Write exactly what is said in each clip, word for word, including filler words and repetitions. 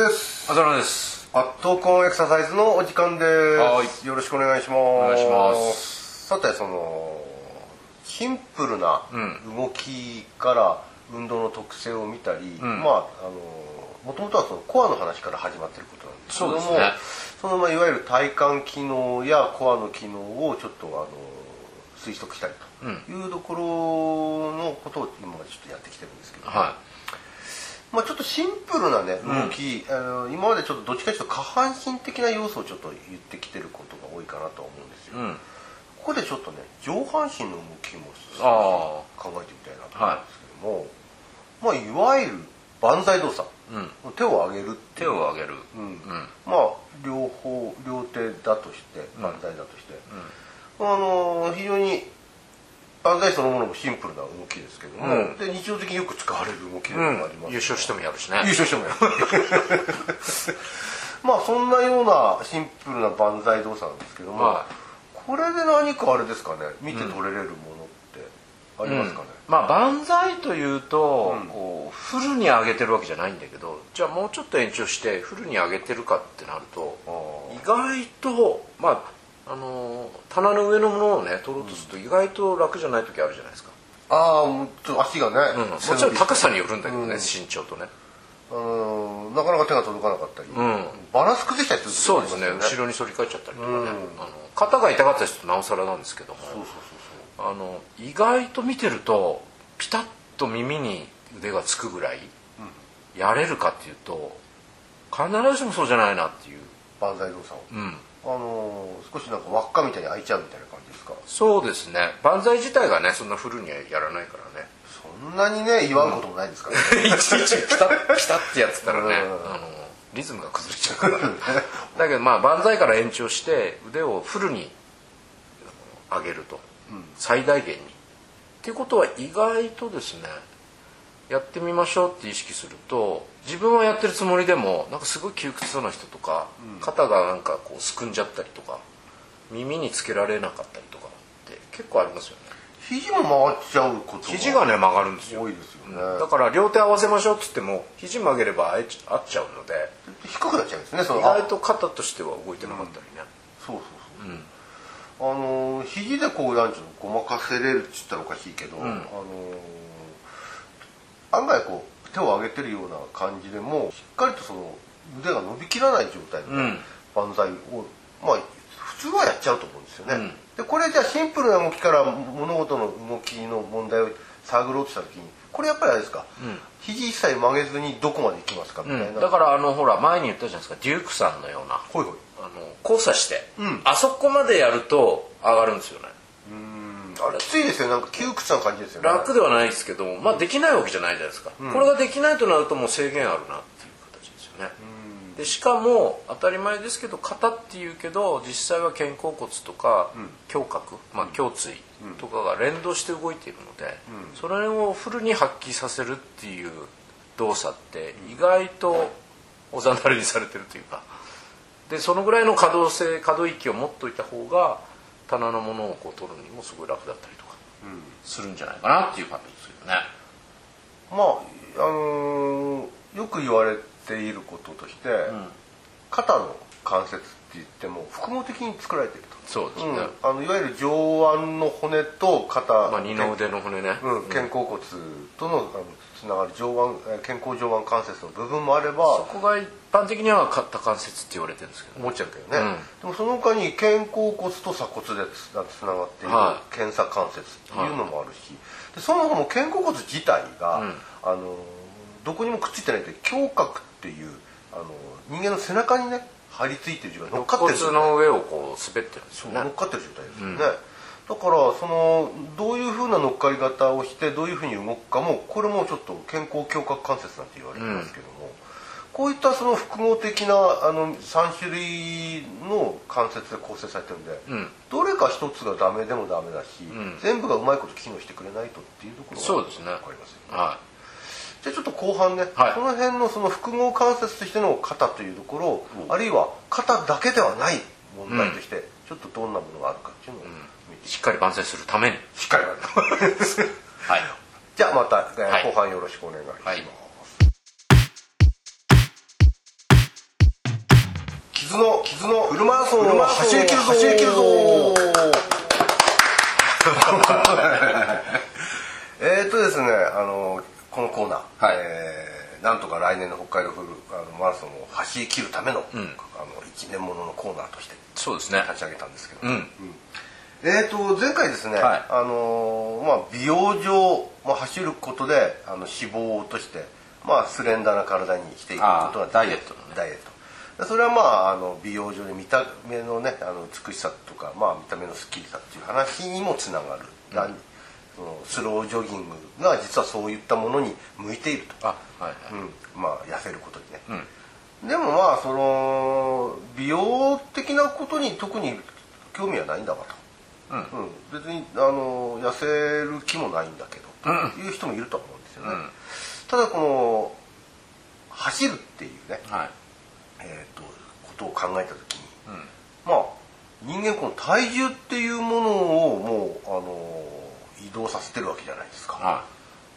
です。 あざらです。 アットコンエクササイズのお時間です。 はい。 よろしくお願いします。 お願いします。 さて、そのシンプルな動きから運動の特性を見たり、うん、まああのもともとはそのコアの話から始まっていることなんですけども、 そうですね、 そのまあいわゆる体幹機能やコアの機能をちょっとあの推測したりというところのことを今までちょっとやってきてるんですけど、 はい、 まあ、ちょっとシンプルなね動き、うん、あの今までちょっとどっちかというと下半身的な要素をちょっと言ってきてることが多いかなと思うんですよ、うん、ここでちょっとね上半身の動きも考えてみたいなと思うんですけども、はい、まあ、いわゆる万歳動作、うん、手を上げる手を上げる、 うんうん、まあ両方両手だとして万歳だとして、うんうん、あの非常に万歳そのものもシンプルな動きですけども、うん、で日常的によく使われる動きでもあります、 うん、優勝してもやるしね優勝してもやるまあそんなようなシンプルな万歳動作なんですけども、はい、これで何かあれですかね見て取れれるものってありますかね、 うん、まあ万歳というと、うん、こうフルに上げてるわけじゃないんだけど、じゃあもうちょっと延長してフルに上げてるかってなると意外とまああの棚の上のものをね取ろうとすると意外と楽じゃない時あるじゃないですか。 ああ、ちょっと足がね、 うん、もちろん高さによるんだけどね、うん、身長とね、 うん、なかなか手が届かなかったり、うん、バランス崩したりする時もありますよね。そうですね、後ろに反り返っちゃったりとかね、うん、あの肩が痛かった人となおさらなんですけども、そうそうそうそう、あの意外と見てるとピタッと耳に腕がつくぐらいやれるかっていうと必ずしもそうじゃないなっていう。 万歳動作を、うん、あのー、少しなんか輪っかみたいに開いちゃうみたいな感じですか。 そうですね、万歳自体がねそんなフルにはやらないからね。 そんなにね言わんこともないですからね、 うん、いちいちピタッピタッってやってたらね、うん、あのリズムが崩れちゃうからだけどまあ万歳から延長して腕をフルに上げると、うん、最大限にっていうことは意外とですねやってみましょうって意識すると自分はやってるつもりでもなんかすごい窮屈そうな人とか、うん、肩がなんかこうすくんじゃったりとか耳につけられなかったりとかって結構ありますよね。 肘も曲がっちゃうことが肘がね曲がるんですよ。 多いですよね、 うん、だから両手合わせましょうっつっても肘曲げれば合っちゃうので低くなっちゃうんですね。その意外と肩としては動いてなかったりね、 うん、そうそうそう、うん、あのー、肘でこうなんちゅうのごまかせれるっつったらおかしいけど、うん、あのー、案外こう手を上げてるような感じでもしっかりとその腕が伸びきらない状態の万歳を、まあ普通はやっちゃうと思うんですよね、うん、でこれじゃあシンプルな動きから物事の動きの問題を探ろうとした時にこれやっぱりあれですか、うん、肘一切曲げずにどこまでいきますかみたいな、うん、だからあのほら前に言ったじゃないですかデュークさんのようなほいほいあの交差して、うん、あそこまでやると上がるんですよね。 あれきついですよ、なんか窮屈な感じですよね。 楽ではないですけど、まあできないわけじゃないじゃないですか、うん、これができないとなるともう制限あるなっていう形ですよね。でしかも当たり前ですけど肩っていうけど実際は肩甲骨とか胸郭、まあ、胸椎とかが連動して動いているので、それをフルに発揮させるっていう動作って意外とおざなりにされてるというかで、そのぐらいの可動性可動域を持っといた方が棚のものをこう取るにもすごい楽だったりとかするんじゃないかなっていう感じですよね。 まああのー、よく言われていることとして、うん、肩の関節って言っても複合的に作られていると。 そうですね、うん、 あのいわゆる上腕の骨と肩、 まあ、二の腕の骨ね、 うん、肩甲骨とのつながる上腕肩甲上腕関節の部分もあればそこが一般的には肩関節って言われてるんですけど、ね、 思っちゃうけどね、うん、でもその他に肩甲骨と鎖骨でつながっている肩鎖関節っていうのもあるし、でそもそも肩甲骨自体が、うん、あのどこにもくっついてないって胸郭っていうあの人間の背中にね張り付いてる状態、乗っかってる骨の上をこう滑ってるんですよね。 乗っかってる状態ですよね、うん、だからそのどういうふうな乗っかり方をしてどういうふうに動くかもこれもちょっと肩甲胸郭関節なんて言われてますけども、うん、こういったその複合的なあのさん種類の関節で構成されてるんで、うん、どれか一つがダメでもダメだし、うん、全部がうまいこと機能してくれないとっていうところがそうですね、 分かりますよね。 はい、 じゃあちょっと後半ね、はい、その辺のその複合関節としての肩というところを、うん、あるいは肩だけではない問題として、うん、ちょっとどんなものがあるかっていうのを、うん、 しっかり万歳するためにしっかりはい、じゃあまた、えーはい、後半よろしくお願いします、はい。 傷の傷のフルマラソンを走り切るぞ走り切るぞえっとですねあのこのコーナー、はい、えー、なんとか来年の北海道フルあのマラソンを走り切るための、うん、あの一年もののコーナーとしてそうですね立ち上げたんですけど、うんうん、えー、と前回ですね、はい、あのまあ、美容上、まあ、走ることであの脂肪を落として、まあ、スレンダーな体にしていくことがダイエットの、ね、 ダイエットそれはまああの美容上で見た目のねあの美しさとか、まあ、見た目のスッキリさっていう話にもつながる、うん、そのスロージョギングが実はそういったものに向いていると、あ、はいはい、うん、まあ、痩せることにね、うん、でもまあその美容的なことに特に興味はないんだわと。うんうん、別にあの痩せる気もないんだけど、うん、という人もいると思うんですよね、うん、ただこの走るっていうね、はい、えー、とことを考えた時に、うん、まあ人間この体重っていうものをもうあの移動させてるわけじゃないですか、はい、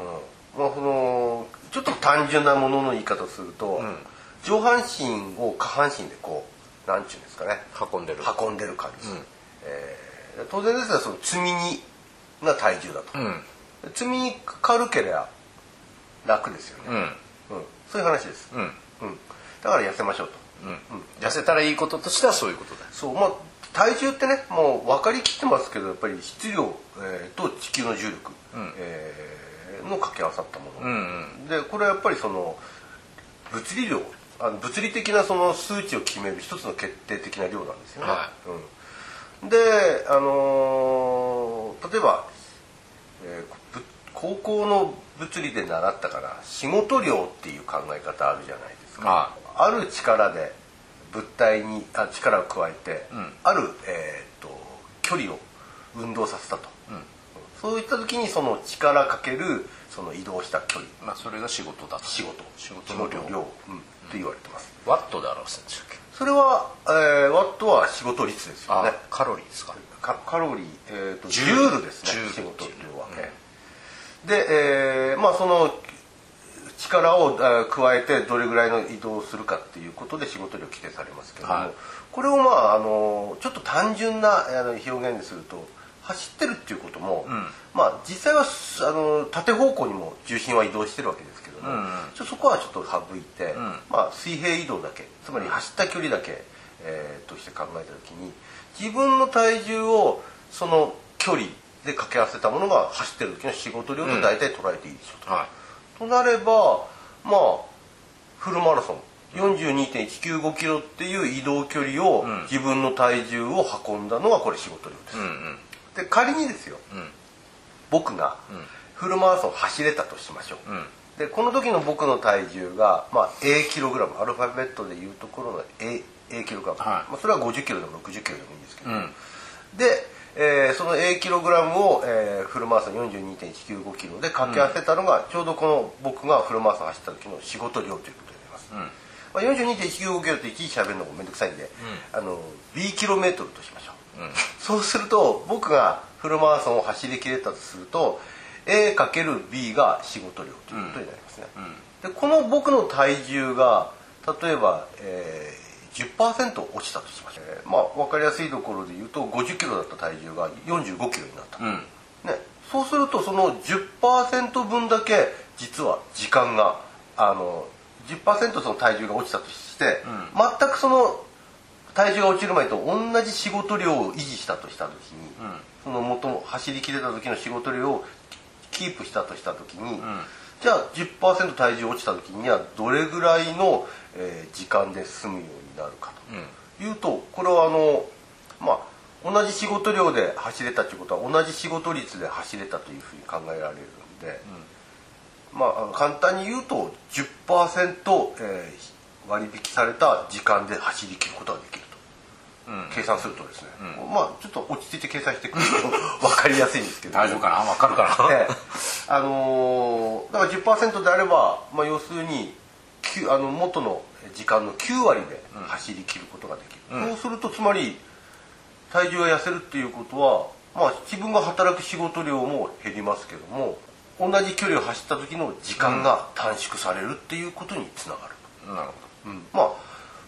うん、まあ、そのちょっと単純なものの言い方をすると、うん、上半身を下半身でこうなんていうんですかね運んでる運んでる感じ、うん、えー当然ですがその積み荷が体重だと、うん、積み荷軽ければ楽ですよね、うんうん、そういう話です、うんうん、だから痩せましょうと、うんうん、 痩せたらいいこととしてはそういうことだ。 そう、まあ、体重ってねもう分かりきってますけどやっぱり質量、えー、と地球の重力、うん、えー、の掛け合わさったもの、うんうん、でこれはやっぱりその物理量あの物理的なその数値を決める一つの決定的な量なんですよね、はい、うんで、あのー、例えば、えー、高校の物理で習ったから仕事量っていう考え方あるじゃないですか。あ, ある力で物体にあ力を加えて、うん、ある、えー、と距離を運動させたと、うん、そういった時にその力かけるその移動した距離、 まあ、それが仕事だと仕事仕事の量、うん、って言われてます。 ワットで表すんでしたっけ。 それは、えー、ワットは仕事率ですよね。 カロリーですか。 かカロリー、えー、とジュールですね。仕事量は、うん、で、えー、まあその力を、えー、加えてどれぐらいの移動をするかっていうことで仕事量規定されますけれども、はい、これをまああのちょっと単純なあの表現にすると走ってるっていうことも、うん、まあ実際はあの縦方向にも重心は移動してるわけですけども、うんうん、ちょそこはちょっと省いて、うん、まあ水平移動だけつまり走った距離だけ、えー、として考えた時に自分の体重をその距離で掛け合わせたものが走ってる時の仕事量と大体捉えていいでしょうと、うんはい、となればまあフルマラソン よんじゅうにてんいちきゅうごキロっていう移動距離を、うん、自分の体重を運んだのがこれ仕事量です、うんうん、で仮にですよ、うん、僕がフルマラソン走れたとしましょう、うん、でこの時の僕の体重が、まあ、A キログラムアルファベットでいうところの A, A キログラム、はい、まあ、それはごじゅっキロでもろくじゅっキロでもいいんですけど、うん、で、えー、その A キログラムを、えー、フルマラソン よんじゅうにてんいちきゅうごキロで掛け合わせたのが、うん、ちょうどこの僕がフルマラソン走った時の仕事量ということになります、うん、まあ、よんじゅうにてんいちきゅうごキロっていちいち喋るのもめんどくさいんで、うん、あの B キロメートルとしましょう、うん、そうすると僕がフルマラソンを走り切れたとすると エーかけるビー が仕事量ということになりますね、うん、でこの僕の体重が例えば、えー、じゅっパーセント 落ちたとしましょう、えー、まあ分かりやすいところで言うとごじゅっキロだった体重がよんじゅうごキロになった、うん、ね、そうするとその じゅっパーセント 分だけ実は時間があの じゅっパーセント その体重が落ちたとして、うん、全くその体重が落ちる前と同じ仕事量を維持したとした時に、うん、その元の走り切れた時の仕事量をキープしたとした時に、うん、じゃあ じゅっパーセント 体重落ちた時にはどれぐらいの、えー、時間で済むようになるかというと、これはあのまあ同じ仕事量で走れたということは同じ仕事率で走れたというふうに考えられるので、うん、まあ簡単に言うと じゅっパーセント、えー、割引された時間で走り切ることができると。うん、計算するとですね、うん、まあちょっと落ち着いて計算してくると分かりやすいんですけど大丈夫かな分かるかな、 ええ、あのー、だから じゅっパーセント であれば、まあ、要するにあの元の時間のきゅうわりで走り切ることができる、うん、そうするとつまり体重が痩せるっていうことは、まあ、自分が働く仕事量も減りますけども同じ距離を走った時の時間が短縮されるっていうことにつながる、うん、なるほど、うん、まあ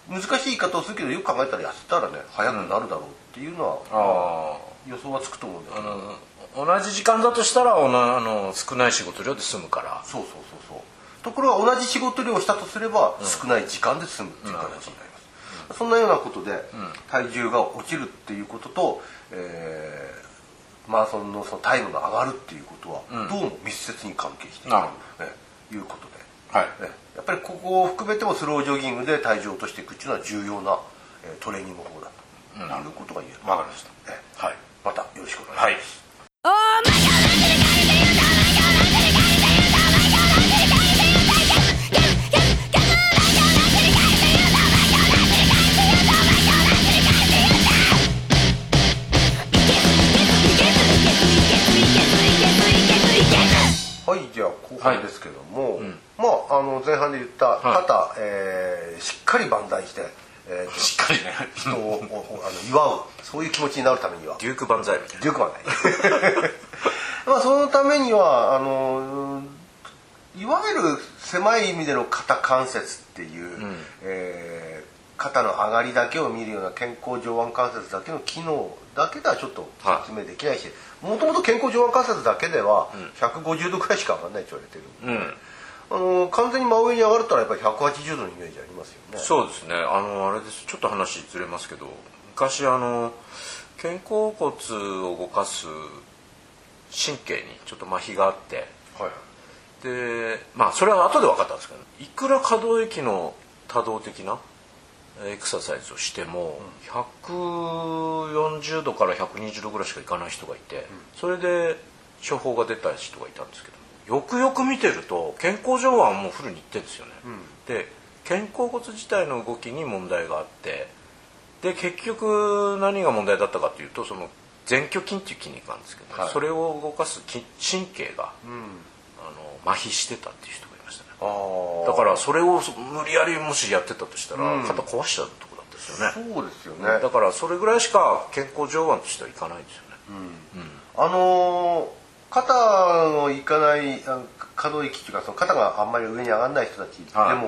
難しい言い方をするけど、よく考えたら痩せたらね早くなるだろうっていうのは、うん、予想はつくと思うんだけど、あの同じ時間だとしたらおなあの少ない仕事量で済むから。 そうそうそうそう。ところが同じ仕事量をしたとすれば、うん、少ない時間で済むっていう形になります、うん、そんなようなことで、うん、体重が落ちるっていうことと、えー、マラソンのそのタイムが上がるっていうことは、うん、どうも密接に関係していると、ね、いうことで、はいね、やっぱりここを含めてもスロージョギングで体重を落としていくっていうのは重要な、えー、トレーニング法だと、うん、いうことが言える。 わかりました、 えーはい、またよろしくお願いします。はいはい、じゃあ後半ですけども、はいうん、まああの前半で言った肩、はいえー、しっかり万歳して、えー、しっかりね人をあの祝うそういう気持ちになるためにはデューク万歳みたいな。 デューク万歳まあそのためにはあのいわゆる狭い意味での肩関節っていう、うんえー、肩の上がりだけを見るような健康上腕関節だけの機能だけではちょっと説明できないし、もともと健康上腕関節だけではひゃくごじゅうどくらいしか上がらないと言われてる、うん、あの完全に真上に上がるったらやっぱりひゃくはちじゅうどのイメージありますよね。 そうですね。あのあれです。ちょっと話ずれますけど、昔あの肩甲骨を動かす神経にちょっと麻痺があって、はい、でまあそれは後で分かったんですけど、いくら可動域の多動的なエクササイズをしてもひゃくよんじゅうどからひゃくにじゅうどぐらいしかいかない人がいて、それで処方が出た人がいたんですけど、よくよく見てると健康上腕もフルにいってるんですよね、うん、で肩甲骨自体の動きに問題があって、で結局何が問題だったかというと、その前鋸筋っていう筋肉なんですけど、はい、それを動かす神経が、うん、あの麻痺してたっていう人がいましたね。あだからそれを無理やりもしやってたとしたら、うん、肩壊しちゃうとこだったですよね。そうですよね。 だからそれぐらいしか健康上腕としてはいかないんですよね、 うんうん、あのー、肩のいかない可動域っていうか、その肩があんまり上に上がらない人たちでも、はい、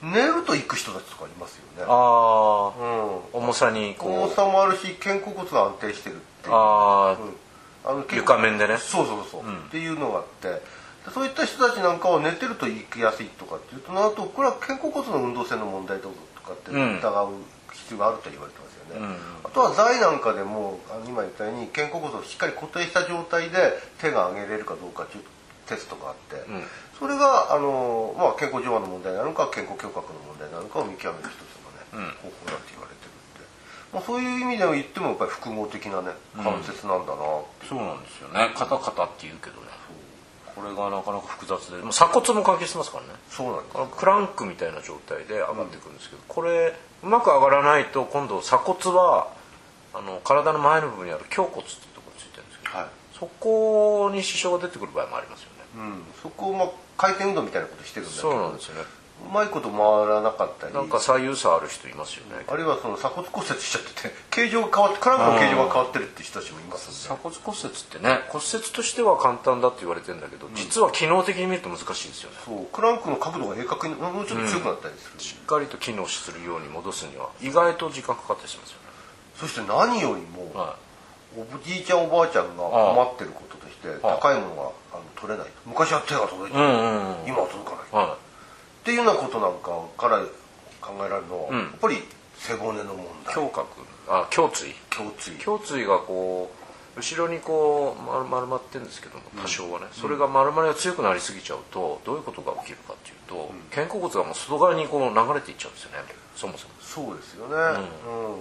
寝ると行く人たちとかいますよね。 ああ、うん、重さにこう重さもあるし肩甲骨が安定してるっていう、 あ、うん、あの床面でね、 そうそうそう、うん、っていうのがあって、そういった人たちなんかは寝てると行きやすいとかっていうとなると、これは肩甲骨の運動性の問題とかって疑う必要があると言われてますよね、うん、あとは座位なんかでも今言ったように肩甲骨をしっかり固定した状態で手が上げれるかどうかっていうテストがあって、うん、それがあの、まあ、健康上腕の問題なのか肩甲胸郭の問題なのかを見極める一つの、ねうん、方法だって言われてるんで、まあ、そういう意味では言ってもやっぱり複合的なね関節なんだなっていう、 うん、そうなんですよね。肩肩って言うけどね、これがなかなか複雑で、鎖骨も関係してますからね。 そうなんです、 ね、クランクみたいな状態で上がってくるんですけど、うん、これうまく上がらないと今度鎖骨はあの体の前の部分にある胸骨っていうところについてるんですけど、はい、そこに支障が出てくる場合もありますよね、 うん、そこを、まあ、回転運動みたいなことしてるんだけど、 そうなんですよね。 うまいこと回らなかったり、 なんか左右差ある人いますよね、 あるいはその鎖骨骨折しちゃってて形状が変わってクランクの形状が変わってるって人たちもいますんで、 鎖骨骨折ってね、骨折としては簡単だって言われてるんだけど、うん、実は機能的に見ると難しいんですよね。 そう、クランクの角度が鋭角にもうちょっと強くなったりする、うん、 しっかりと機能するように戻すには意外と時間かかったりしますよね。 そして何よりも、はい、おじいちゃんおばあちゃんが困ってることとして、高いものがあの取れない。昔は手が届いてる、うんうんうん、今は届かない、はい、っていうようなことなんかから考えられるのは、うん、やっぱり背骨の問題。 胸郭、あ、胸椎胸椎胸椎がこう後ろにこう丸丸まってるんですけども、多少はね、うん、それが丸まりが強くなりすぎちゃうとどういうことが起きるかっていうと、うん、肩甲骨がもう外側にこう流れていっちゃうんですよね、そもそも。 そうですよね、うんうん、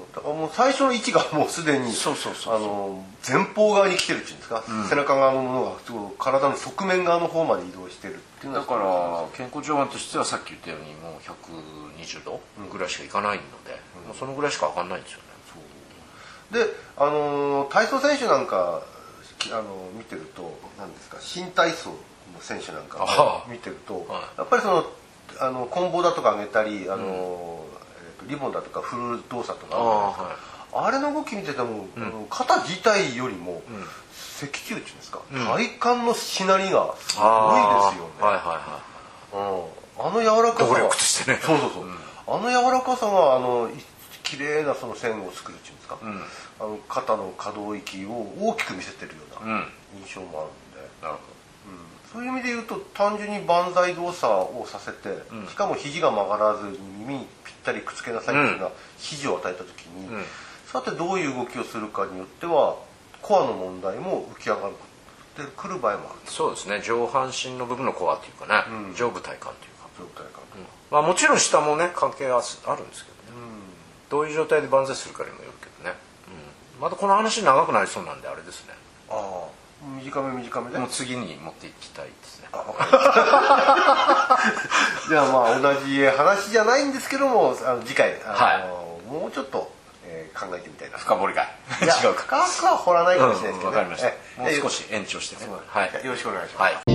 だからもう最初の位置がもうすでに前方側に来てるっていうんですか、うん、背中側のものが体の側面側の方まで移動してるっていうのは、 だから健康上腕としてはさっき言ったようにもうひゃくにじゅうどぐらいしかいかないので、うん、もうそのぐらいしか上がんないんですよね。 そうで、あのー、体操選手なんか、あのー、見てると何ですか、新体操の選手なんか見てると、はい、やっぱりそのあの棍棒だとか上げたり、あのーうん、えー、リボンだとか振る動作とか あ, あ, はい、あれの動き見てても、うん、肩自体よりも、うん、脊柱っていうんですか、うん、体幹のしなりがすごいですよね。あ、はいはいはい、うん、あの柔らかさは動力としてね、 そうそうそう、うん、 あの柔らかさがあの綺麗なその線を作るっていうんですか、うん、あの肩の可動域を大きく見せてるような印象もあるんで、うん、なるほど、うん、そういう意味で言うと単純に万歳動作をさせて、うん、しかも肘が曲がらずに耳にぴったりくっつけなさいというような指示を与えた時に、うん、さてどういう動きをするかによってはコアの問題も浮き上がるってくる場合もある。 そうですね、上半身の部分のコアっていうかね、うん、上部体幹というか、 上部体幹、 うん、まあ、もちろん下もね関係はあるんですけどね、うん、どういう状態で万歳するかにもよるけどね、うん、またこの話長くなりそうなんであれですね。 ああ、短め短めでもう次に持っていきたいですね。あ、わかりましたじゃあまあ同じ話じゃないんですけども、あの次回あの、はい、もうちょっと、えー、考えてみたいな。 深掘りが違うか、深くは掘らないかもしれないですけど、ね、 うん、分かりました。もう少し延長してね、 はい、よろしくお願いします。はい。